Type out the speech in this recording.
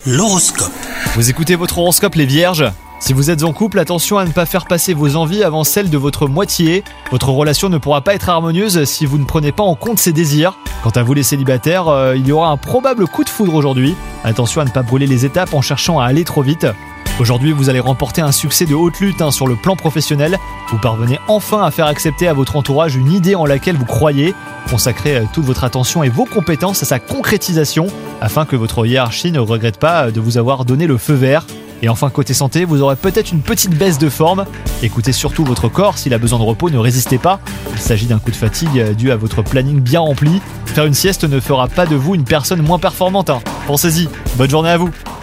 L'horoscope. Vous écoutez votre horoscope les vierges ? Si vous êtes en couple, attention à ne pas faire passer vos envies avant celles de votre moitié. Votre relation ne pourra pas être harmonieuse si vous ne prenez pas en compte ses désirs. Quant à vous les célibataires, il y aura un probable coup de foudre aujourd'hui. Attention à ne pas brûler les étapes en cherchant à aller trop vite. Aujourd'hui, vous allez remporter un succès de haute lutte sur le plan professionnel. Vous parvenez enfin à faire accepter à votre entourage une idée en laquelle vous croyez. Consacrez toute votre attention et vos compétences à sa concrétisation afin que votre hiérarchie ne regrette pas de vous avoir donné le feu vert. Et enfin, côté santé, vous aurez peut-être une petite baisse de forme. Écoutez surtout votre corps, s'il a besoin de repos, ne résistez pas. Il s'agit d'un coup de fatigue dû à votre planning bien rempli. Faire une sieste ne fera pas de vous une personne moins performante. Pensez-y, bonne journée à vous.